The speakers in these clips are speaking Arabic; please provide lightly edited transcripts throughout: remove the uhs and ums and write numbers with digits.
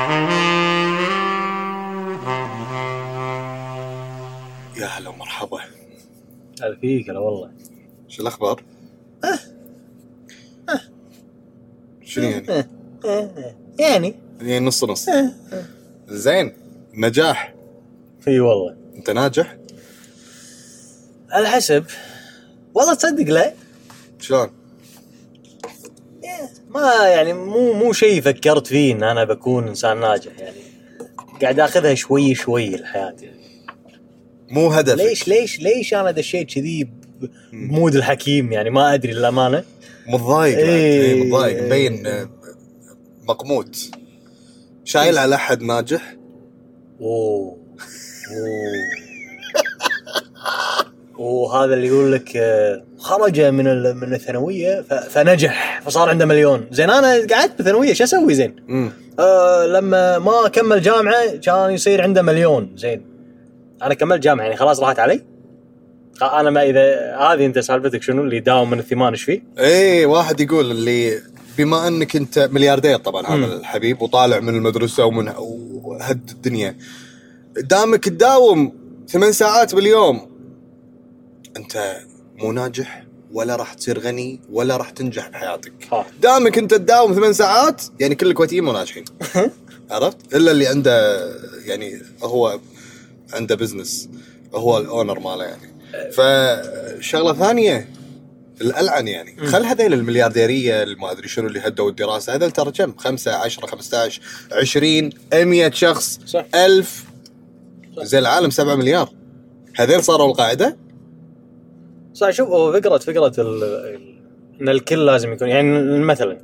يا هلا ومرحبا. هلا فيك. هلا والله. شو الأخبار؟ شنو يعني؟ يعني نص نص. زين. نجاح. اي والله. أنت ناجح؟ على حسب. والله تصدق لا. شلون؟ ما يعني مو شيء فكرت فيه ان انا بكون انسان ناجح يعني. قاعد اخذها شوي شوي الحياة يعني. مو هدفك. ليش انا دشيت كذي بمود الحكيم يعني ما ادري للامانه. متضايق. إيه. متضايق مبين مقموت. شايل على أحد ناجح؟ اوه وهذا اللي يقول لك خرج من الثانويه فنجح فصار عنده مليون. زين انا قعدت بالثانويه شو اسوي زين؟ لما ما كمل جامعه كان يصير عنده مليون. زين انا كملت جامعه يعني خلاص راحت علي. انا ما اذا هذه انت سالفتك شنو اللي داوم من الثمان ايش فيه؟ ايه واحد يقول اللي بما انك انت ملياردير طبعا هذا الحبيب وطالع من المدرسه وهد الدنيا دامك تداوم 8 ساعات باليوم انت مو ناجح ولا راح تصير غني ولا راح تنجح بحياتك. دامك انت تداوم 8 ساعات يعني كل الكويتيين مو ناجحين. عرفت؟ الا اللي عنده يعني هو عنده بزنس هو الاونر ماله يعني. فشغله ثانيه الألعن يعني خل هذيل المليارديرية ما أدري شنو اللي هدوا الدراسة هذا ترى كم 5 10 15 20 100 شخص صح. 1000 زي العالم 7 مليار هذيل صاروا القاعدة صح. شوف هو فكرة إن الكل لازم يكون يعني مثلا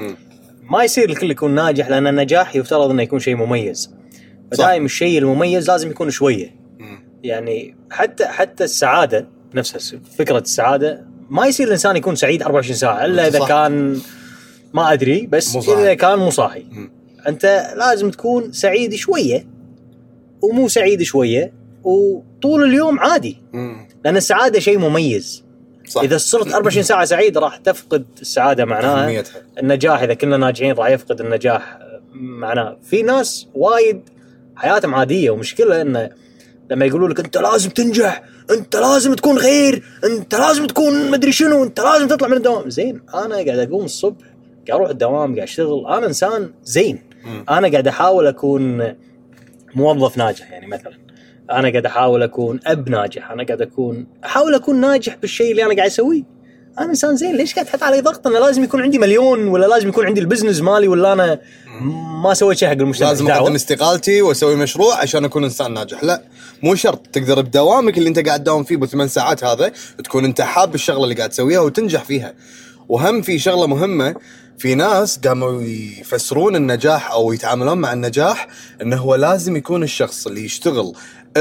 ما يصير الكل يكون ناجح لأن النجاح يفترض إنه يكون شيء مميز. فدائما الشيء المميز لازم يكون شوية يعني حتى السعادة نفسها فكرة السعادة ما يصير الإنسان يكون سعيد 24 ساعة إلا إذا كان ما أدري بس إذا كان مو صاحي. أنت لازم تكون سعيد شوية ومو سعيد شوية وطول اليوم عادي لأن السعادة شيء مميز صح. إذا صرت 24 ساعة سعيد راح تفقد السعادة معناها. النجاح إذا كنا ناجحين راح يفقد النجاح معناه. في ناس وايد حياتهم عادية ومشكلة إنه لما يقولوا لك أنت لازم تنجح أنت لازم تكون غير أنت لازم تكون مدري شنو أنت لازم تطلع من الدوام. زين أنا قاعد أقوم الصبح قاعد أروح الدوام قاعد أشتغل أنا إنسان زين. أنا قاعد أحاول أكون موظف ناجح يعني مثلا. أنا قاعد أحاول أكون أب ناجح. أنا قاعد أحاول أكون ناجح بالشيء اللي أنا قاعد أسويه. أنا إنسان زين. ليش قاعد تحط علي ضغط أنا لازم يكون عندي مليون ولا لازم يكون عندي البزنس مالي ولا أنا ما سويت شيء حق المجتمع؟ لازم أقدم استقالتي وأسوي مشروع عشان أكون إنسان ناجح. لا مو شرط. تقدر بدوامك اللي أنت قاعد تداوم فيه ب8 ساعات هذا تكون أنت حاب الشغلة اللي قاعد تسويها وتنجح فيها. وهم في شغلة مهمة في ناس قاموا يفسرون النجاح أو يتعاملون مع النجاح إنه هو لازم يكون الشخص اللي يشتغل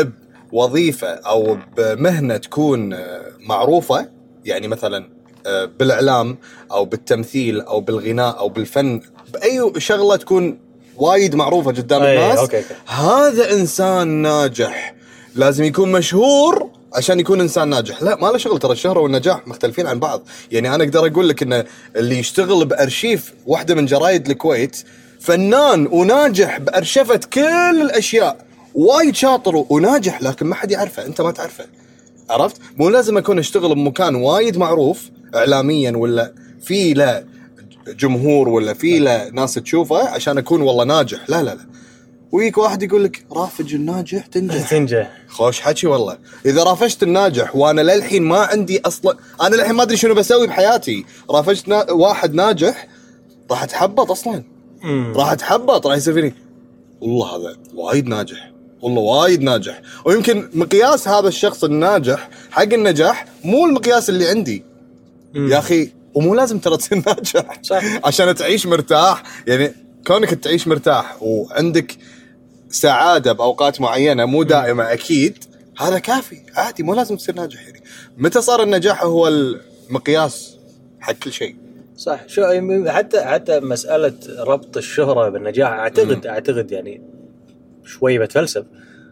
بوظيفة أو بمهنة تكون معروفة يعني مثلا بالإعلام أو بالتمثيل أو بالغناء أو بالفن بأي شغلة تكون وايد معروفة قدام الناس. أوكي. هذا إنسان ناجح. لازم يكون مشهور عشان يكون إنسان ناجح. لا ما له شغل. ترى الشهرة والنجاح مختلفين عن بعض. يعني أنا أقدر أقول لك إن اللي يشتغل بأرشيف واحدة من جرايد الكويت فنان وناجح بأرشفة كل الأشياء وايد شاطر وناجح لكن ما حد يعرفه. أنت ما تعرفه. عرفت؟ مو لازم أكون أشتغل بمكان وايد معروف إعلاميا ولا في له جمهور ولا في له ناس تشوفه عشان أكون والله ناجح. لا لا لا. ويك واحد يقول لك رافج الناجح تنجح. خوش حكي والله. إذا رافجت الناجح وأنا للحين ما عندي أصلا أنا للحين ما أدري شنو بسوي بحياتي رافجت واحد ناجح راح أتحبط أصلا. راح أتحبط راح يصير فيني والله هذا وايد ناجح والله وايد ناجح. ويمكن مقياس هذا الشخص الناجح حق النجاح مو المقياس اللي عندي. يا أخي ومو لازم ترى تصير ناجح صح. عشان تعيش مرتاح يعني كونك تعيش مرتاح وعندك سعادة بأوقات معينة مو دائمة أكيد هذا كافي عادي. مو لازم تصير ناجح يعني. متى صار النجاح هو المقياس حق كل شيء صح. شو حتى مسألة ربط الشهرة بالنجاح أعتقد يعني شوي بتفلسف.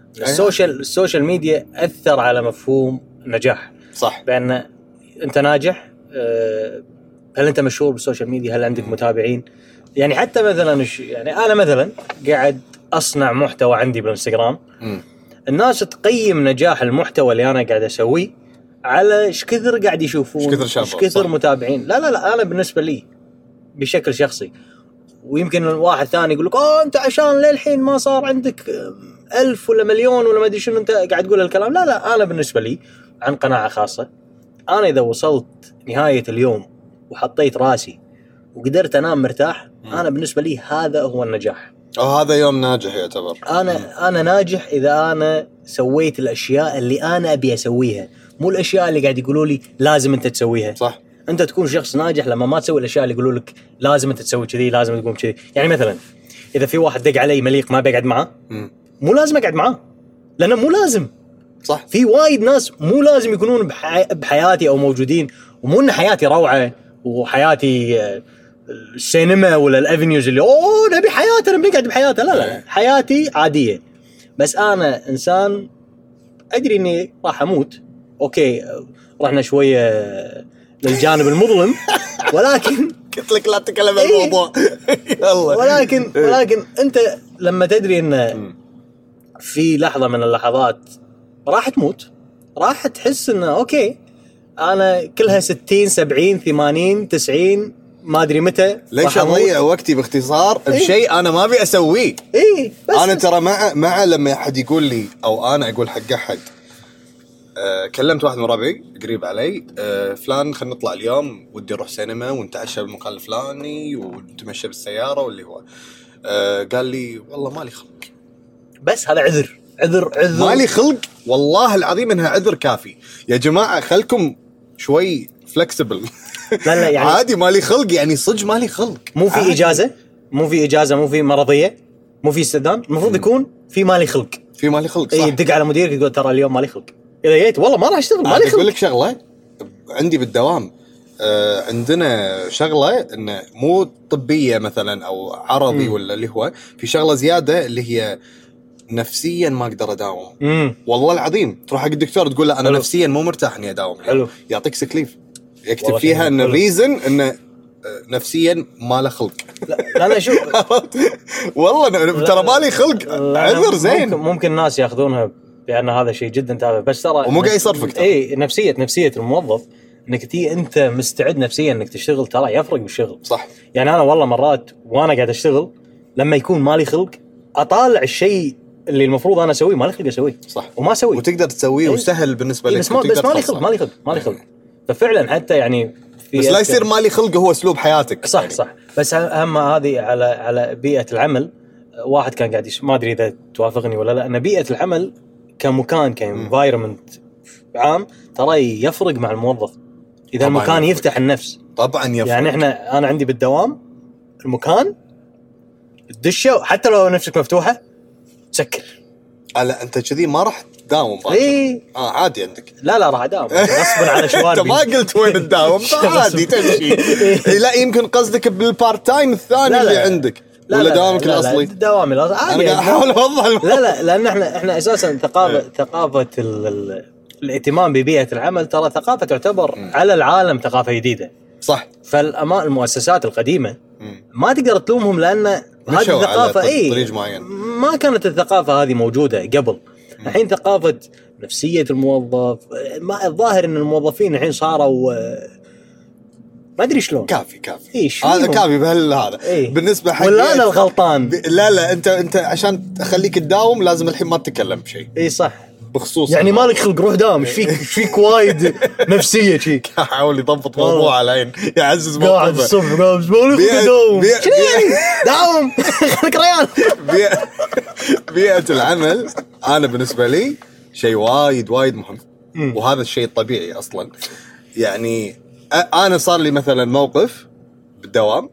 السوشيال ميديا أثر على مفهوم النجاح صح. بأن أنت ناجح هل أنت مشهور بالسوشيال ميديا؟ هل عندك متابعين؟ يعني حتى مثلا يعني انا مثلا قاعد اصنع محتوى عندي بالانستغرام، الناس تقيم نجاح المحتوى اللي انا قاعد اسويه على ايش كثر قاعد يشوفون، ايش كثر متابعين. لا انا بالنسبه لي بشكل شخصي، ويمكن واحد ثاني يقول لك انت عشان للحين ما صار عندك 1000 ولا مليون ولا ما ادري شنو انت قاعد تقول الكلام. لا انا بالنسبه لي عن قناعه خاصه، انا اذا وصلت نهايه اليوم وحطيت راسي وقدرت انام مرتاح، انا بالنسبه لي هذا هو النجاح. هذا يوم ناجح يعتبر. انا ناجح اذا انا سويت الاشياء اللي انا ابي اسويها، مو الاشياء اللي قاعد يقولوا لي لازم انت تسويها. صح. انت تكون شخص ناجح لما ما تسوي الاشياء اللي يقولوا لك لازم انت تسوي كذي، لازم تقوم كذي. يعني مثلا اذا في واحد دق علي مليق ما بقعد معاه، مو لازم اقعد معاه، لانه مو لازم. صح. في وايد ناس مو لازم يكونون بحياتي او موجودين، ومو ان حياتي روعه وحياتي السينما ولا الافنيوز اللي نبي حياتنا بنقعد بحياتها. لا حياتي عاديه، بس انا انسان ادري اني راح اموت. اوكي رحنا شويه للجانب المظلم، ولكن قلت لك لا تتكلم عن الموضوع. ولكن انت لما تدري ان في لحظه من اللحظات راح تموت، راح تحس انه اوكي انا كلها 60 70 80 90 ما ادري متى ليش اضيع وقتي باختصار بشيء انا ما ابي اسويه. انا ترى مع لما احد يقول لي او انا اقول حق احد، كلمت واحد من ربعي قريب علي، فلان خلينا نطلع اليوم، ودي اروح سينما ونتعشى بالمكان الفلاني ونتمشى بالسياره، واللي هو قال لي والله مالي خلق. بس هذا عذر مالي خلق. والله العظيم انها عذر كافي يا جماعه. خلكم شوي فلكسبل. لا يعني عادي مالي خلق، يعني صدق مالي خلق. مو في اجازه، مو في مرضيه، مو في استئذان. المفروض يكون في مالي خلق. صح. يدق على مديرك يقول ترى اليوم مالي خلق. اذا جيت والله ما راح اشتغل مالي خلق. اقول لك شغله عندي بالدوام، عندنا شغله انه مو طبيه مثلا او عرضي ولا اللي هو في شغله زياده اللي هي نفسيا ما اقدر اداوم. والله العظيم تروح حق الدكتور تقول له انا نفسيا مو مرتاح اني اداوم. يعطيك سكليف يكتب فيها ان الريزن انه نفسيا ما له خلق. لا انا شوف والله ترى مالي خلق. عذر زين. ممكن الناس ياخذونها بان هذا شيء جدا تافه، بس ترى ومو قاعد يصرفك. نفسيه الموظف انك انت مستعد نفسيا انك تشتغل، ترى يفرق بالشغل. صح. يعني انا والله مرات وانا قاعد اشتغل لما يكون مالي خلق اطالع الشيء اللي المفروض انا اسويه مالي خلق اسويه. صح. وما اسوي وتقدر تسويه وسهل بالنسبه لك. بس مالي خلق. ففعلا حتى يعني بس لا يصير مالي خلق هو اسلوب حياتك. صح يعني. صح. بس اهم هذه على بيئه العمل. واحد كان قاعد ما ادري اذا توافقني ولا لا، ان بيئه العمل كمكان كانفايرمنت عام ترى يفرق مع الموظف. اذا المكان يفتح النفس طبعا يفرق. يعني انا عندي بالدوام المكان الدشه حتى لو نفسك مفتوحه تسكر. لا انت كذي ما راح تداوم. عادي عندك. لا راح اداوم غصبا على شواربي. انت ما قلت وين تداوم. عادي تمشي. لا يمكن قصدك بالبارت تايم الثاني اللي عندك ولا دوامك الاصلي؟ دوامي الاصلي عادي. انا احاول اوضح. لا لان احنا اساسا ثقافه الاهتمام ببيئه العمل ترى ثقافه تعتبر على العالم ثقافه جديده. صح. المؤسسات القديمه ما تقدر تلومهم لان هذه الثقافه طريق معين ما كانت الثقافه هذه موجوده قبل. الحين ثقافه نفسيه الموظف، ما الظاهر ان الموظفين الحين صاروا ما ادري شلون. كافي هذا كافي بهذا. بالنسبه حق ولا انا الغلطان؟ لا انت عشان اخليك تداوم لازم الحين ما تتكلم بشيء. صح. بخصوص يعني مالك خلق روح داوم. ايش فيك وايد نفسيه شيء. حاول يضبط موضوع على العين يعزز موضوع. قاعد الصبح مالك داوم شنو يعني داوم خلك ريال. بيئه العمل انا بالنسبه لي شيء وايد مهم. وهذا الشيء الطبيعي اصلا. يعني انا صار لي مثلا موقف بالدوام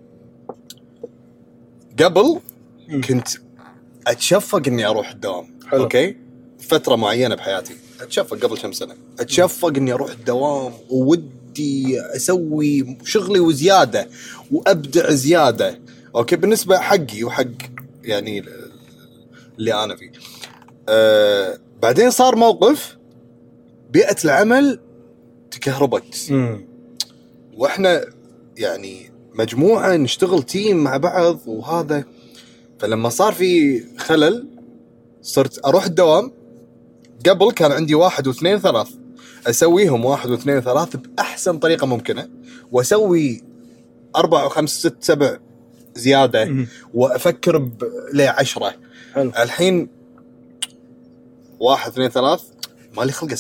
قبل كنت اتشفق اني اروح الدوام. اوكي فتره معينه بحياتي اتشفق قبل كم سنه اتشفق اني اروح الدوام وودي اسوي شغلي وزياده وابدع زياده. اوكي بالنسبه حقي وحق يعني اللي انا فيه. بعدين صار موقف بيئه العمل تكهربت. واحنا يعني مجموعة نشتغل تيم مع بعض وهذا. فلما صار في خلل صرت أروح الدوام. قبل كان عندي 1 و2 و3 أسويهم 1 و2 و3 بأحسن طريقة ممكنة، وأسوي 4 و5 6 7 زيادة وأفكر ل10. الحين 1 2 3 ما لي خلق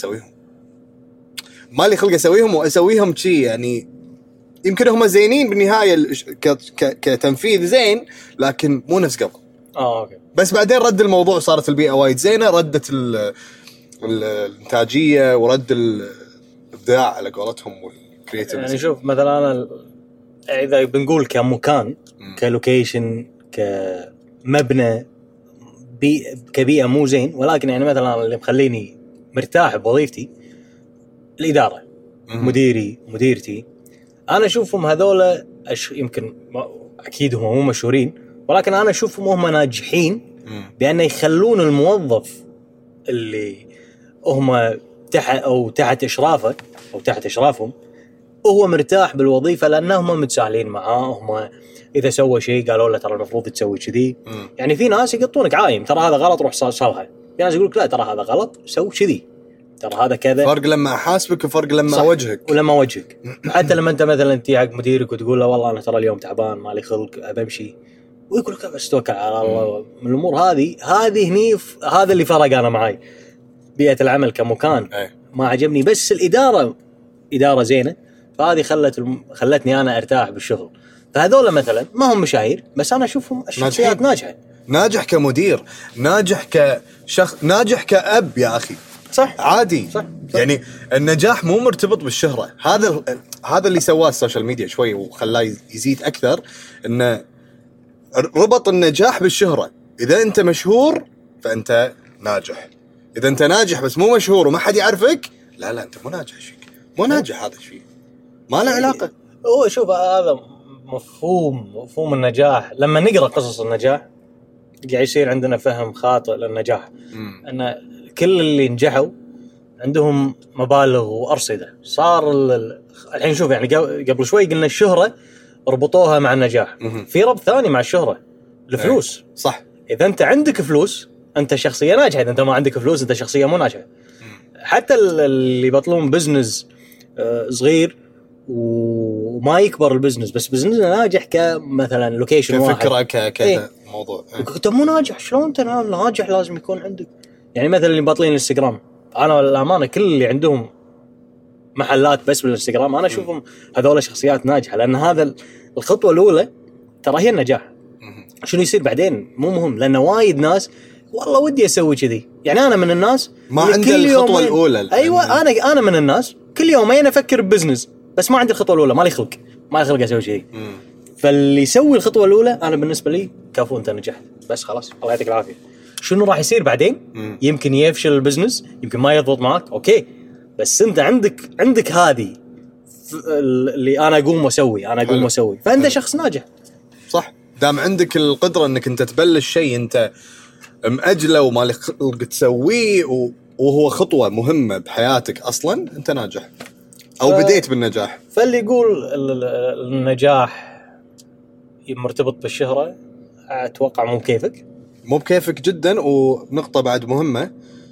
أسويهم وأسويهم شيء يعني يمكن هم زينين بالنهاية كتنفيذ زين، لكن مو نفس قبل. أوكي. بس بعدين رد الموضوع، صارت البيئة وايد زينة، ردت الإنتاجية ورد الإبداع على قولتهم والكرياتيف. يعني شوف مثلا أنا إذا بنقول كمكان كلوكيشن كمبنى كبيئة مو زين، ولكن يعني مثلا اللي مخليني مرتاح بوظيفتي الإدارة، مديرتي. أنا أشوفهم هذولا يمكن أكيد هم مو مشهورين، ولكن أنا أشوفهم هم ناجحين بأن يخلون الموظف اللي هم تحت إشرافه أو تحت إشرافهم هو مرتاح بالوظيفة، لأنهم متساهلين معاه. هم إذا سوى شيء قالوا له ترى المفروض تسوي كذي. يعني في ناس يقطونك عايم، ترى هذا غلط روح صلها. في ناس يقولك لا ترى هذا غلط سوي كذي، ترى هذا كذا. فرق لما أحاسبك وفرق لما أوجهك. ولما أوجهك حتى لما أنت مثلا تيجي حق مديرك وتقول له والله أنا ترى اليوم تعبان مالي خلق بمشي، ويقول لك بس توكل على الله. من الأمور هذه هني هذا اللي فرق أنا معي. بيئة العمل كمكان ما عجبني، بس الإدارة إدارة زينة، فهذه خلتني أنا أرتاح بالشغل. فهذول مثلا ما هم مشاهير، بس أنا أشوفهم الشخصيات ناجحة. ناجح كمدير، ناجح كشخص، ناجح كأب يا أخي. صح عادي. صح. يعني النجاح مو مرتبط بالشهرة. هذا اللي سواه السوشيال ميديا شوي وخلاه يزيد أكثر، إنه ربط النجاح بالشهرة. إذا أنت مشهور فأنت ناجح، إذا أنت ناجح بس مو مشهور وما حد يعرفك، لا أنت مو ناجح. مو ناجح، هذا الشيء ما له علاقة. هو شوف هذا مفهوم النجاح. لما نقرأ قصص النجاح قاعد يصير عندنا فهم خاطئ للنجاح. أن كل اللي نجحوا عندهم مبالغ وأرصدة. صار الحين شوف يعني قبل شوي قلنا الشهرة ربطوها مع النجاح. في ربط ثاني مع الشهرة، الفلوس. صح. إذا أنت عندك فلوس أنت شخصية ناجحة، إذا أنت ما عندك فلوس أنت شخصية مو ناجحة. حتى اللي بيطلون بزنس صغير وما يكبر البزنس، بس بزنس ناجح كمثلا لوكيشن واحد كفكرة كذا موضوع. أنت مو ناجح، شلون أنت ناجح؟ لازم يكون عندك يعني مثلا اللي باطلين الانستغرام. أنا الأمانة كل اللي عندهم محلات بس بالانستغرام أنا أشوفهم هذول شخصيات ناجحة، لأن هذا الخطوة الأولى ترى هي النجاح. شنو يصير بعدين مو مهم، لأن وايد ناس والله ودي أسوي كذي. يعني أنا من الناس ما عندي الخطوة الأولى. أيوة أنا من الناس كل يومين أفكر ببزنس، بس ما عندي الخطوة الأولى، ما لي خلق أسوي شيء. فاللي يسوي الخطوة الأولى أنا بالنسبة لي كفو أنت نجحت، بس خلاص الله يعطيك العافية. شنو راح يصير بعدين؟ يمكن يفشل البزنس، يمكن ما يضبط معك، أوكي، بس أنت عندك هذه اللي أنا أقوم وأسوي، فأنت شخص ناجح. صح. دام عندك القدرة أنك أنت تبلش شيء أنت مأجله وما لك خلق تسويه وهو خطوة مهمة بحياتك أصلا، أنت ناجح أو بديت بالنجاح. فاللي يقول النجاح مرتبط بالشهرة أتوقع مو بكيفك جدا. ونقطة بعد مهمة،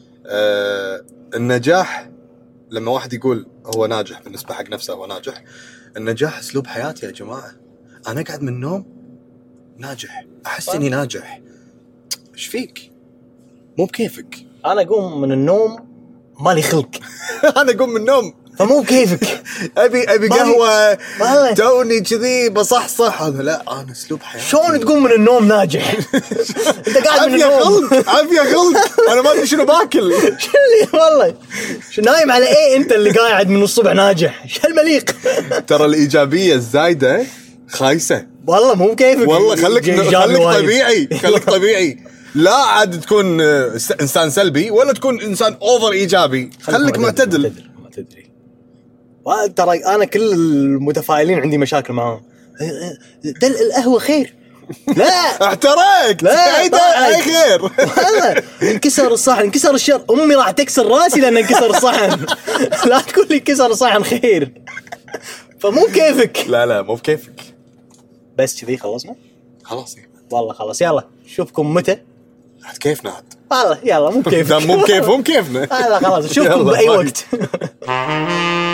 النجاح لما واحد يقول هو ناجح بالنسبة حق نفسه هو ناجح، النجاح أسلوب حياتي يا جماعة. أنا قاعد من النوم ناجح، أحس إني ناجح. إيش فيك؟ مو بكيفك. أنا أقوم من النوم مالي خلق. أنا أقوم من النوم فمو بكيفك. أبي قهوة توني كذي بصحصح. هذا لا، أنا أسلوب حياتي. شلون تقوم من النوم ناجح؟ أنت قاعد من النوم عافية خلق. أنا ما أدري شنو باكل. والله شو نايم على إيه أنت اللي قاعد من الصبح ناجح؟ شو المليق؟ ترى الإيجابية الزايدة خايسة. والله مو بكيفك. والله خليك طبيعي. لا عاد تكون إنسان سلبي ولا تكون إنسان أوفر إيجابي. خليك معتدل. ما تدري. ترى أنا كل المتفائلين عندي مشاكل معهم. دل القهوة خير. لا احترقت. لا أي خير. والله انكسر الصحن، انكسر الشر، أمي راح تكسر راسي لأن انكسر الصحن. لا تقول لي انكسر الصحن خير. فمو بكيفك. لا مو بكيفك. بس كذي خلصنا خلاص والله خلاص يلا نشوفكم متى عاد كيفنا عاد والله يلا مو بكيف مو بكيفهم كيفنا والله خلاص نشوفكم يلا، بأي باي. وقت